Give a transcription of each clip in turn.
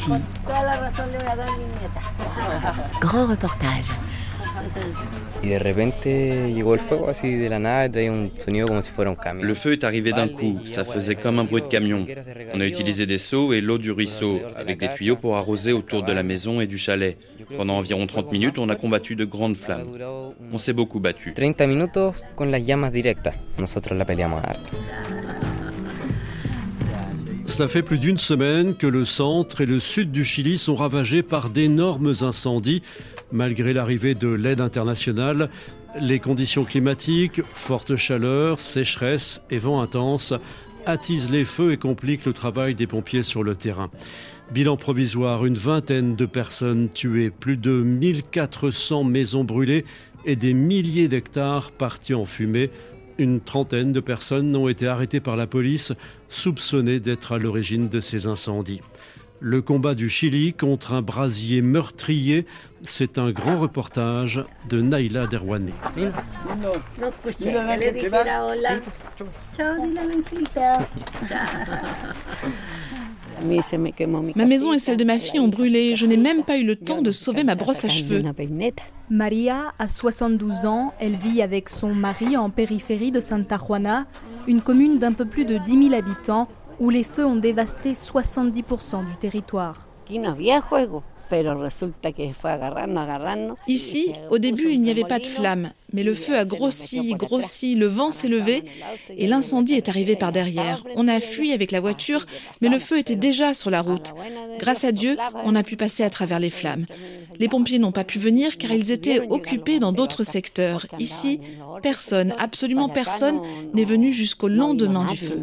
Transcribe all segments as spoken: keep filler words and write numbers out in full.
ici. Grand reportage. Le feu est arrivé d'un coup, ça faisait comme un bruit de camion. On a utilisé des seaux et l'eau du ruisseau, avec des tuyaux pour arroser autour de la maison et du chalet. Pendant environ trente minutes, on a combattu de grandes flammes. On s'est beaucoup battu. treinta minutos con las llamas directas. Nosotros la peleamos harto. Cela fait plus d'une semaine que le centre et le sud du Chili sont ravagés par d'énormes incendies. Malgré l'arrivée de l'aide internationale, les conditions climatiques, forte chaleur, sécheresse et vent intense attisent les feux et compliquent le travail des pompiers sur le terrain. Bilan provisoire, une vingtaine de personnes tuées, plus de mille quatre cents maisons brûlées et des milliers d'hectares partis en fumée. Une trentaine de personnes ont été arrêtées par la police, soupçonnées d'être à l'origine de ces incendies. Le combat du Chili contre un brasier meurtrier, c'est un grand reportage de Naila Derwane. Ma maison et celle de ma fille ont brûlé. Je n'ai même pas eu le temps de sauver ma brosse à cheveux. Maria a soixante-douze ans. Elle vit avec son mari en périphérie de Santa Juana, une commune d'un peu plus de dix mille habitants, où les feux ont dévasté soixante-dix pour cent du territoire. Ici, au début, il n'y avait pas de flamme, mais le feu a grossi, grossi, le vent s'est levé et l'incendie est arrivé par derrière. On a fui avec la voiture, mais le feu était déjà sur la route. Grâce à Dieu, on a pu passer à travers les flammes. Les pompiers n'ont pas pu venir car ils étaient occupés dans d'autres secteurs. Ici, personne, absolument personne, n'est venu jusqu'au lendemain du feu.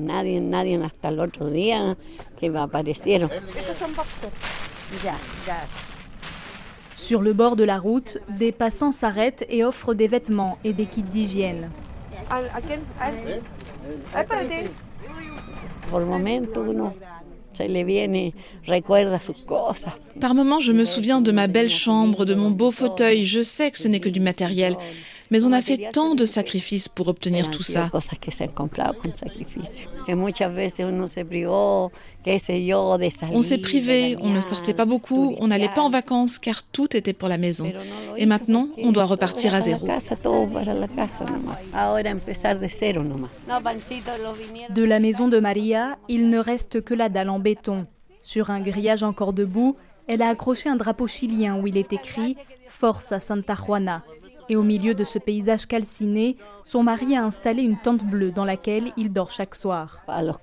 Sur le bord de la route, des passants s'arrêtent et offrent des vêtements et des kits d'hygiène. Par moments, je me souviens de ma belle chambre, de mon beau fauteuil. Je sais que ce n'est que du matériel. Mais on a fait tant de sacrifices pour obtenir tout ça. On s'est privé, on ne sortait pas beaucoup, on n'allait pas en vacances car tout était pour la maison. Et maintenant, on doit repartir à zéro. De la maison de Maria, il ne reste que la dalle en béton. Sur un grillage encore debout, elle a accroché un drapeau chilien où il est écrit « Force à Santa Juana ». Et au milieu de ce paysage calciné, son mari a installé une tente bleue dans laquelle il dort chaque soir.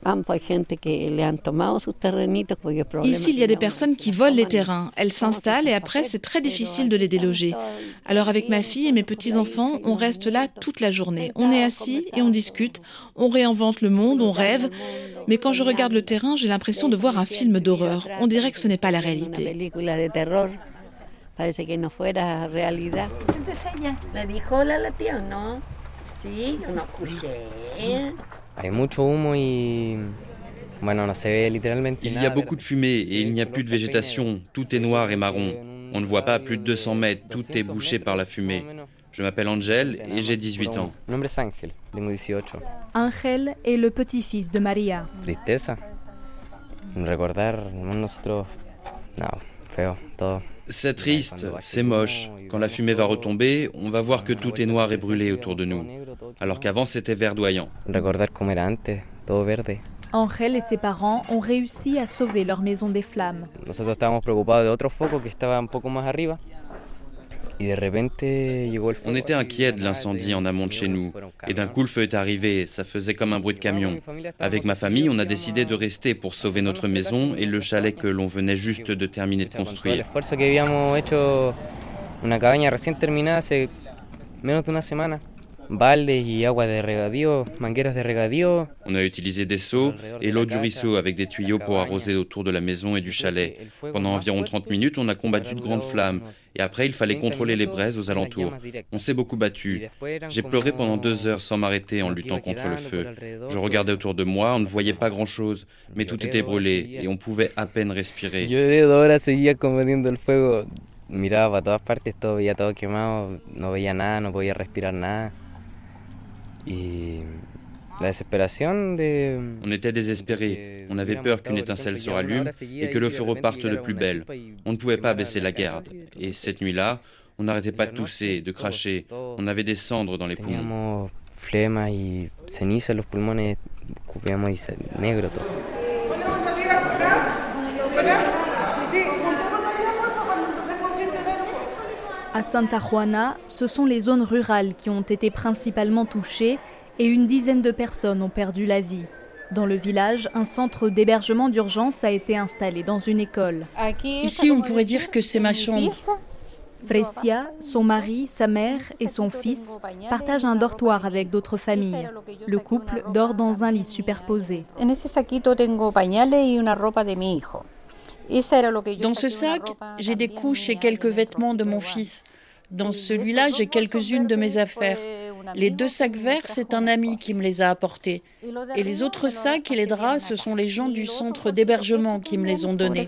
Ici, il y a des personnes qui volent les terrains. Elles s'installent et après, c'est très difficile de les déloger. Alors avec ma fille et mes petits-enfants, on reste là toute la journée. On est assis et on discute, on réinvente le monde, on rêve. Mais quand je regarde le terrain, j'ai l'impression de voir un film d'horreur. On dirait que ce n'est pas la réalité. Parece que no fuera realidad. Le dijo la tía, ¿no? Sí, no escuché. Hay mucho humo y bueno, no se ve literalmente Il y nada. a beaucoup de fumée et il n'y a plus de végétation. Tout est noir et marron. On ne voit pas à plus de deux cents mètres. Tout est bouché par la fumée. Je m'appelle Angel et j'ai dix-huit ans. Mi nombre es Ángel, tengo dieciocho. Ángel est le petit-fils de Maria. Tristeza. Recordar nosotros, no, feo, todo. C'est triste, c'est moche. Quand la fumée va retomber, on va voir que tout est noir et brûlé autour de nous. Alors qu'avant, c'était verdoyant. Recordar como era antes, todo verde. Angel et ses parents ont réussi à sauver leur maison des flammes. Nosotros estábamos preocupados de otro foco que estaba un poco más arriba. Y de repente llegó el fuego. On était inquiets de l'incendie en amont de chez nous. Et d'un coup, le feu est arrivé. Ça faisait comme un bruit de camion. Avec ma famille, on a décidé de rester pour sauver notre maison et le chalet que l'on venait juste de terminer de construire. L'esfuerzo que habíamos hecho una cabaña recién terminada hace menos de una semana. Baldes y agua de regadío, mangueras de regadío. On a utilisé des seaux et l'eau du ruisseau avec des tuyaux pour arroser autour de la maison et du chalet. Pendant environ trente minutes, on a combattu de grandes flammes. Et après, il fallait contrôler les braises aux alentours. On s'est beaucoup battu. J'ai pleuré pendant deux heures sans m'arrêter en luttant contre le feu. Je regardais autour de moi, on ne voyait pas grand-chose, mais tout était brûlé et on pouvait à peine respirer. Yo de dos horas seguía combatiendo el fuego. Miraba para todas partes, todo veía todo quemado, no veía nada, no podía respirar nada. Y On était désespérés. On avait peur qu'une étincelle se rallume et que le feu reparte de plus belle. On ne pouvait pas baisser la garde. Et cette nuit-là, on n'arrêtait pas de tousser, de cracher. On avait des cendres dans les poumons. À Santa Juana, ce sont les zones rurales qui ont été principalement touchées et une dizaine de personnes ont perdu la vie. Dans le village, un centre d'hébergement d'urgence a été installé dans une école. Ici, on pourrait dire que c'est ma chambre. Frecia, son mari, sa mère et son fils partagent un dortoir avec d'autres familles. Le couple dort dans un lit superposé. Dans ce sac, j'ai des couches et quelques vêtements de mon fils. Dans celui-là, j'ai quelques-unes de mes affaires. Les deux sacs verts, c'est un ami qui me les a apportés. Et les autres sacs et les draps, ce sont les gens du centre d'hébergement qui me les ont donnés.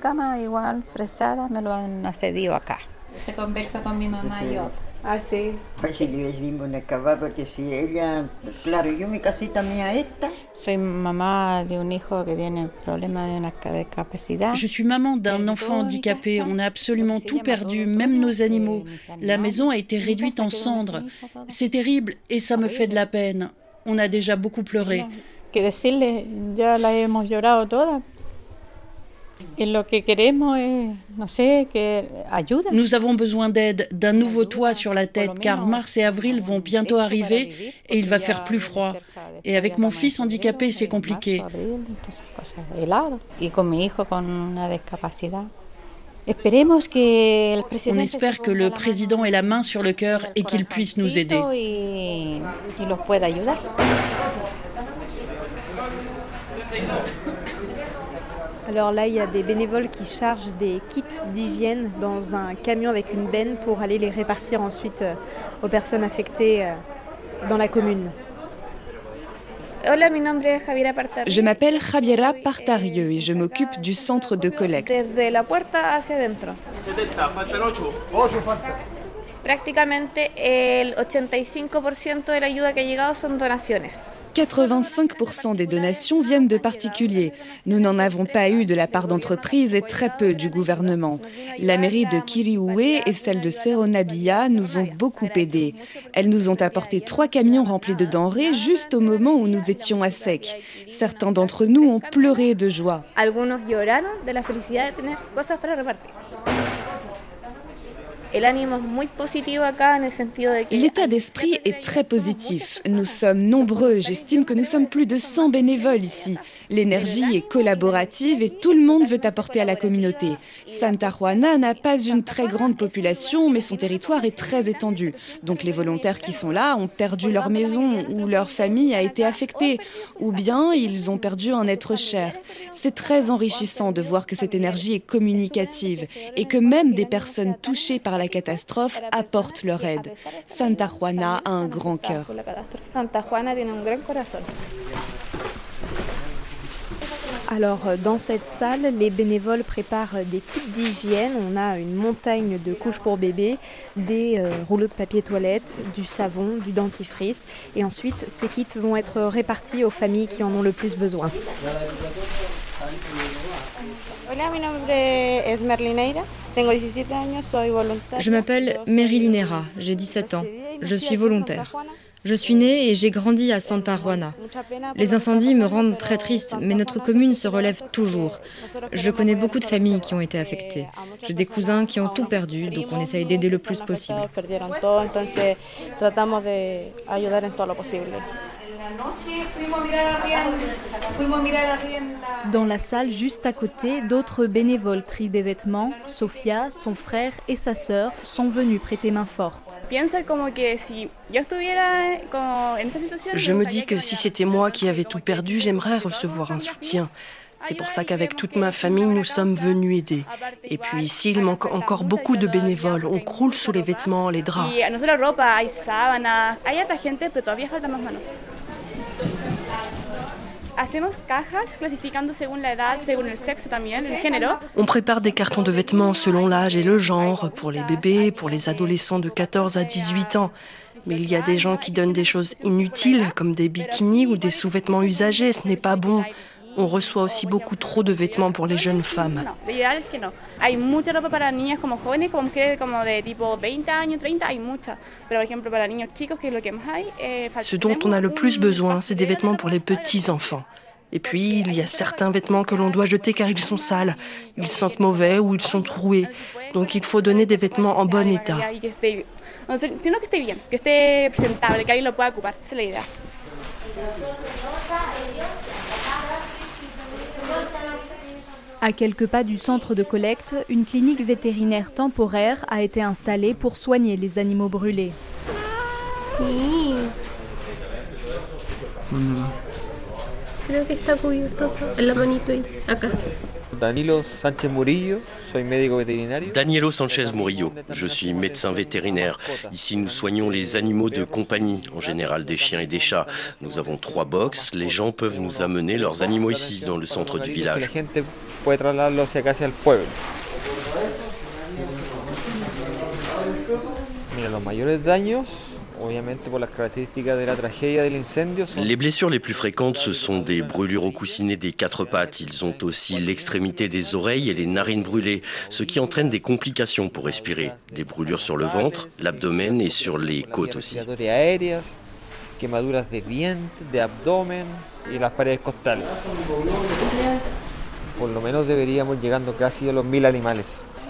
Se conversa con mi mamá y yo. Ah, sí. Pues si le decimos en acabar, porque si ella, claro, yo mi casita mía esta. Soy mamá de un hijo que tiene problemas de discapacidad. Je suis maman d'un enfant handicapé. On a absolument tout perdu, même nos animaux. La maison a été réduite en cendres. C'est terrible et ça me fait de la peine. On a déjà beaucoup pleuré. Que decirle, ya la hemos llorado toda. Nous avons besoin d'aide, d'un nouveau toit sur la tête, car mars et avril vont bientôt arriver et il va faire plus froid. Et avec mon fils handicapé, c'est compliqué. On espère que le président ait la main sur le cœur et qu'il puisse nous aider. Alors là, il y a des bénévoles qui chargent des kits d'hygiène dans un camion avec une benne pour aller les répartir ensuite aux personnes affectées dans la commune. Je m'appelle Javiera Partario et je m'occupe du centre de collecte. quatre-vingt-cinq pour cent des donations viennent de particuliers. Nous n'en avons pas eu de la part d'entreprises et très peu du gouvernement. La mairie de Quirihue et celle de Cerro Navia nous ont beaucoup aidés. Elles nous ont apporté trois camions remplis de denrées juste au moment où nous étions à sec. Certains d'entre nous ont pleuré de joie. L'état d'esprit est très positif. Nous sommes nombreux. J'estime que nous sommes plus de cent bénévoles ici. L'énergie est collaborative et tout le monde veut apporter à la communauté. Santa Juana n'a pas une très grande population, mais son territoire est très étendu. Donc les volontaires qui sont là ont perdu leur maison ou leur famille a été affectée, ou bien ils ont perdu un être cher. C'est très enrichissant de voir que cette énergie est communicative et que même des personnes touchées par la catastrophe apportent leur aide. Santa Juana a un grand cœur. Alors, dans cette salle, les bénévoles préparent des kits d'hygiène. On a une montagne de couches pour bébés, des euh, rouleaux de papier toilette, du savon, du dentifrice. Et ensuite, ces kits vont être répartis aux familles qui en ont le plus besoin. Je m'appelle Mary Linera, j'ai dix-sept ans. Je suis volontaire. Je suis née et j'ai grandi à Santa Juana. Les incendies me rendent très triste, mais notre commune se relève toujours. Je connais beaucoup de familles qui ont été affectées. J'ai des cousins qui ont tout perdu, donc on essaye d'aider le plus possible. Dans la salle juste à côté, d'autres bénévoles trient des vêtements. Sofia, son frère et sa sœur sont venus prêter main forte. Je me dis que si c'était moi qui avais tout perdu, j'aimerais recevoir un soutien. C'est pour ça qu'avec toute ma famille, nous sommes venus aider. Et puis ici, il manque encore beaucoup de bénévoles. On croule sous les vêtements, les draps. On prépare des cartons de vêtements selon l'âge et le genre, pour les bébés, pour les adolescents de quatorze à dix-huit ans. Mais il y a des gens qui donnent des choses inutiles, comme des bikinis ou des sous-vêtements usagés. Ce n'est pas bon. On reçoit aussi beaucoup trop de vêtements pour les jeunes femmes. Ce dont on a le plus besoin, c'est des vêtements pour les petits-enfants. Et puis, il y a certains vêtements que l'on doit jeter car ils sont sales, ils sentent mauvais ou ils sont troués. Donc il faut donner des vêtements en bon état. À quelques pas du centre de collecte, une clinique vétérinaire temporaire a été installée pour soigner les animaux brûlés. Sí. Creo que está cubierto en la manito ahí, acá. Danilo Sánchez Murillo, soy médico veterinario. Danielo Sanchez Murillo, je suis médecin vétérinaire. Ici, nous soignons les animaux de compagnie, en général des chiens et des chats. Nous avons trois box. Les gens peuvent nous amener leurs animaux ici, dans le centre du village. Mira, los mayores daños. Les blessures les plus fréquentes, ce sont des brûlures au coussinet des quatre pattes. Ils ont aussi l'extrémité des oreilles et les narines brûlées, ce qui entraîne des complications pour respirer. Des brûlures sur le ventre, l'abdomen et sur les côtes aussi. Quemaduras de vientre, de abdomen y las paredes costales. Por lo menos deberíamos llegando casi a los mil animales.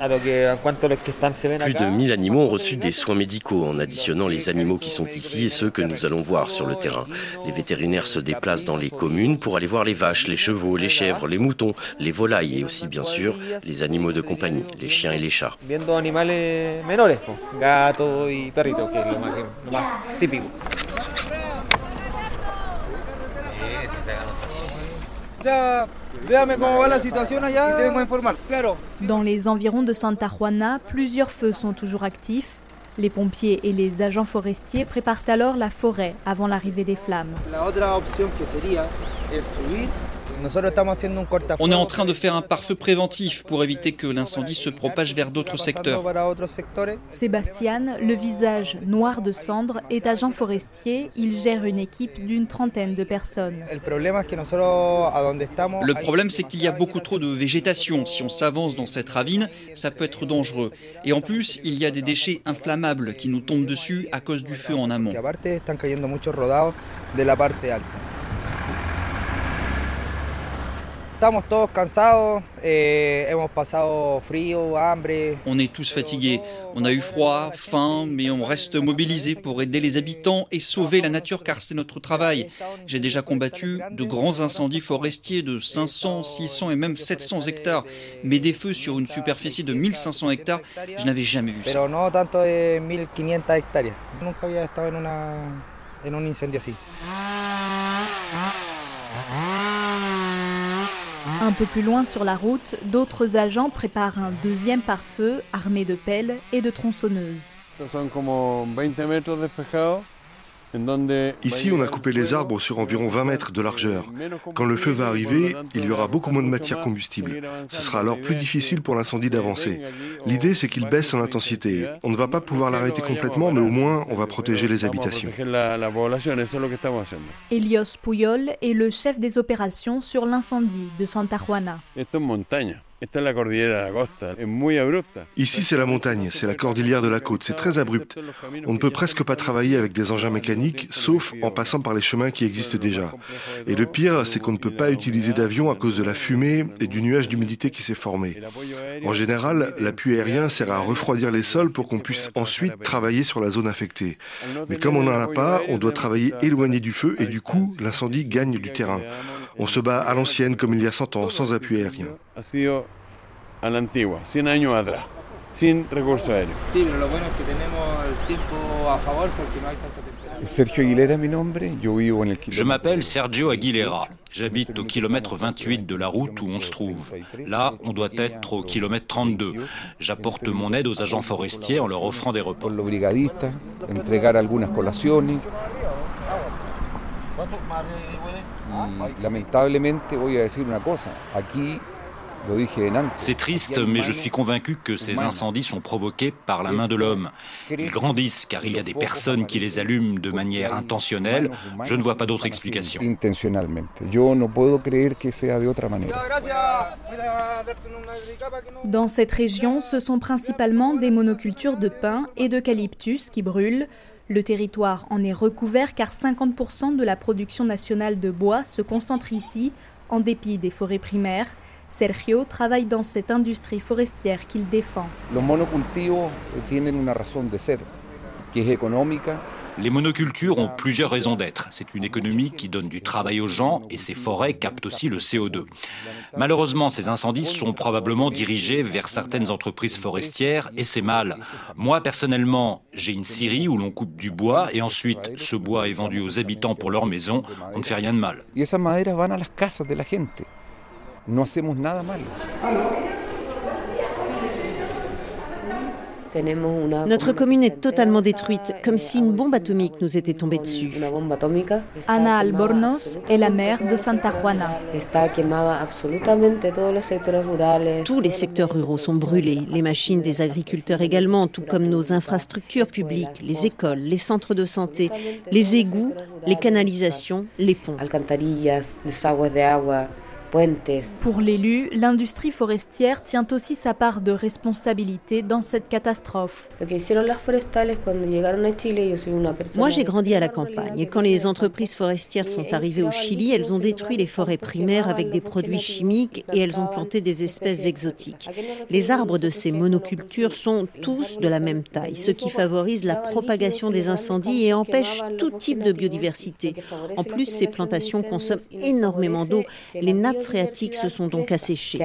Plus de mille animaux ont reçu des soins médicaux en additionnant les animaux qui sont ici et ceux que nous allons voir sur le terrain. Les vétérinaires se déplacent dans les communes pour aller voir les vaches, les chevaux, les chèvres, les moutons, les volailles et aussi bien sûr les animaux de compagnie, les chiens et les chats. Viendo animales menores, gatos y perritos, que es lo más, lo más típico. Dans les environs de Santa Juana, plusieurs feux sont toujours actifs. Les pompiers et les agents forestiers préparent alors la forêt avant l'arrivée des flammes. On est en train de faire un pare-feu préventif pour éviter que l'incendie se propage vers d'autres secteurs. Sébastien, le visage noir de cendre, est agent forestier. Il gère une équipe d'une trentaine de personnes. Le problème, c'est qu'il y a beaucoup trop de végétation. Si on s'avance dans cette ravine, ça peut être dangereux. Et en plus, il y a des déchets inflammables qui nous tombent dessus à cause du feu en amont. On est tous fatigués, on a eu froid, faim, mais on reste mobilisés pour aider les habitants et sauver la nature car c'est notre travail. J'ai déjà combattu de grands incendies forestiers de cinq cents, six cents et même sept cents hectares. Mais des feux sur une superficie de mille cinq cents hectares, je n'avais jamais vu ça. Un peu plus loin sur la route, d'autres agents préparent un deuxième pare-feu armé de pelles et de tronçonneuses. Ici, on a coupé les arbres sur environ vingt mètres de largeur. Quand le feu va arriver, il y aura beaucoup moins de matière combustible. Ce sera alors plus difficile pour l'incendie d'avancer. L'idée, c'est qu'il baisse en intensité. On ne va pas pouvoir l'arrêter complètement, mais au moins, on va protéger les habitations. Elios Puyol est le chef des opérations sur l'incendie de Santa Juana. Ici, c'est la montagne, c'est la cordillère de la côte, c'est très abrupt. On ne peut presque pas travailler avec des engins mécaniques, sauf en passant par les chemins qui existent déjà. Et le pire, c'est qu'on ne peut pas utiliser d'avion à cause de la fumée et du nuage d'humidité qui s'est formé. En général, l'appui aérien sert à refroidir les sols pour qu'on puisse ensuite travailler sur la zone affectée. Mais comme on n'en a pas, on doit travailler éloigné du feu et du coup, l'incendie gagne du terrain. On se bat à l'ancienne, comme il y a cent ans, sans appui aérien. A la antigua, cien años atrás, sin recursos aéreos. Sí, pero lo bueno es que tenemos el tiempo a favor porque no hay tanta temperatura. Sergio Aguilera, mi nombre. Yo vivo en el Je m'appelle Sergio Aguilera. J'habite au kilomètre vingt-huit de la route où on se trouve. Là, on doit être au kilomètre trente-deux. J'apporte mon aide aux agents forestiers en leur offrant des repas. Los brigadistas, entregar algunas colaciones. Y lamentablemente voy a decir una cosa, aquí C'est triste, mais je suis convaincu que ces incendies sont provoqués par la main de l'homme. Ils grandissent car il y a des personnes qui les allument de manière intentionnelle. Je ne vois pas d'autre explication. Dans cette région, ce sont principalement des monocultures de pin et d'eucalyptus qui brûlent. Le territoire en est recouvert car cinquante pour cent de la production nationale de bois se concentre ici, en dépit des forêts primaires. Sergio travaille dans cette industrie forestière qu'il défend. Les monocultures ont plusieurs raisons d'être. C'est une économie qui donne du travail aux gens et ces forêts captent aussi le C O deux. Malheureusement, ces incendies sont probablement dirigés vers certaines entreprises forestières et c'est mal. Moi, personnellement, j'ai une scierie où l'on coupe du bois et ensuite ce bois est vendu aux habitants pour leur maison. On ne fait rien de mal. Notre commune est totalement détruite, comme si une bombe atomique nous était tombée dessus. Ana Albornoz est la maire de Santa Juana. Tous les secteurs ruraux sont brûlés, les machines des agriculteurs également, tout comme nos infrastructures publiques, les écoles, les centres de santé, les égouts, les canalisations, les ponts. Pour l'élu, l'industrie forestière tient aussi sa part de responsabilité dans cette catastrophe. Moi, j'ai grandi à la campagne et quand les entreprises forestières sont arrivées au Chili, elles ont détruit les forêts primaires avec des produits chimiques et elles ont planté des espèces exotiques. Les arbres de ces monocultures sont tous de la même taille, ce qui favorise la propagation des incendies et empêche tout type de biodiversité. En plus, ces plantations consomment énormément d'eau. Les nappes phréatiques se sont donc asséchées.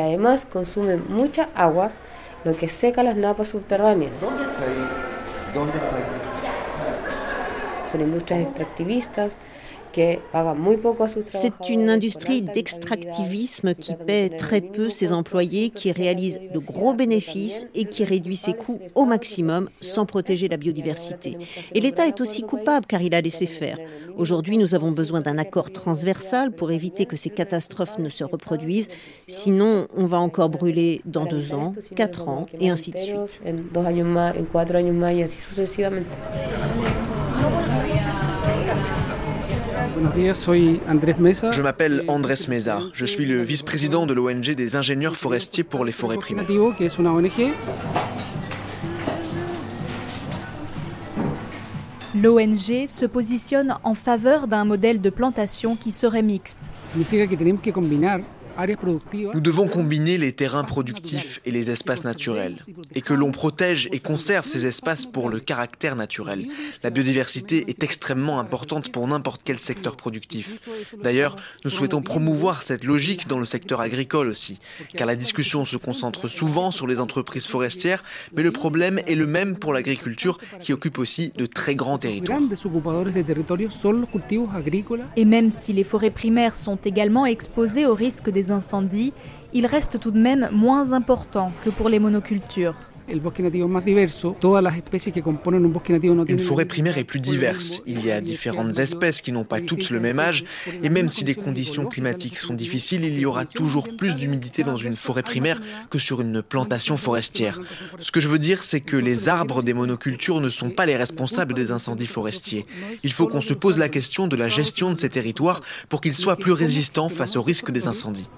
C'est une industrie d'extractivisme qui paie très peu ses employés, qui réalise de gros bénéfices et qui réduit ses coûts au maximum sans protéger la biodiversité. Et l'État est aussi coupable car il a laissé faire. Aujourd'hui, nous avons besoin d'un accord transversal pour éviter que ces catastrophes ne se reproduisent. Sinon, on va encore brûler dans deux ans, quatre ans et ainsi de suite. Je m'appelle Andrés Mesa. Je suis le vice-président de l'O N G des ingénieurs forestiers pour les forêts primaires. L'O N G se positionne en faveur d'un modèle de plantation qui serait mixte. Nous devons combiner les terrains productifs et les espaces naturels, et que l'on protège et conserve ces espaces pour le caractère naturel. La biodiversité est extrêmement importante pour n'importe quel secteur productif. D'ailleurs, nous souhaitons promouvoir cette logique dans le secteur agricole aussi, car la discussion se concentre souvent sur les entreprises forestières, mais le problème est le même pour l'agriculture qui occupe aussi de très grands territoires. Et même si les forêts primaires sont également exposées au risque des incendies, il reste tout de même moins important que pour les monocultures. Une forêt primaire est plus diverse. Il y a différentes espèces qui n'ont pas toutes le même âge et même si les conditions climatiques sont difficiles, il y aura toujours plus d'humidité dans une forêt primaire que sur une plantation forestière. Ce que je veux dire, c'est que les arbres des monocultures ne sont pas les responsables des incendies forestiers. Il faut qu'on se pose la question de la gestion de ces territoires pour qu'ils soient plus résistants face au risque des incendies.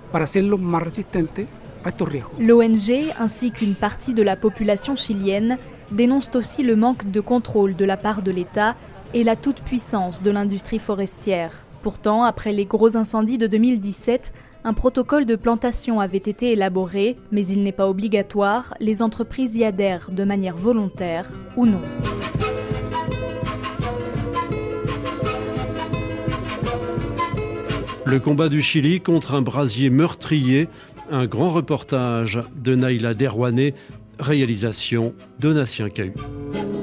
L'O N G ainsi qu'une partie de la population chilienne dénoncent aussi le manque de contrôle de la part de l'État et la toute-puissance de l'industrie forestière. Pourtant, après les gros incendies de deux mille dix-sept, un protocole de plantation avait été élaboré, mais il n'est pas obligatoire, les entreprises y adhèrent de manière volontaire ou non. Le combat du Chili contre un brasier meurtrier. Un grand reportage de Naïla Derwané, réalisation Donatien Cahu.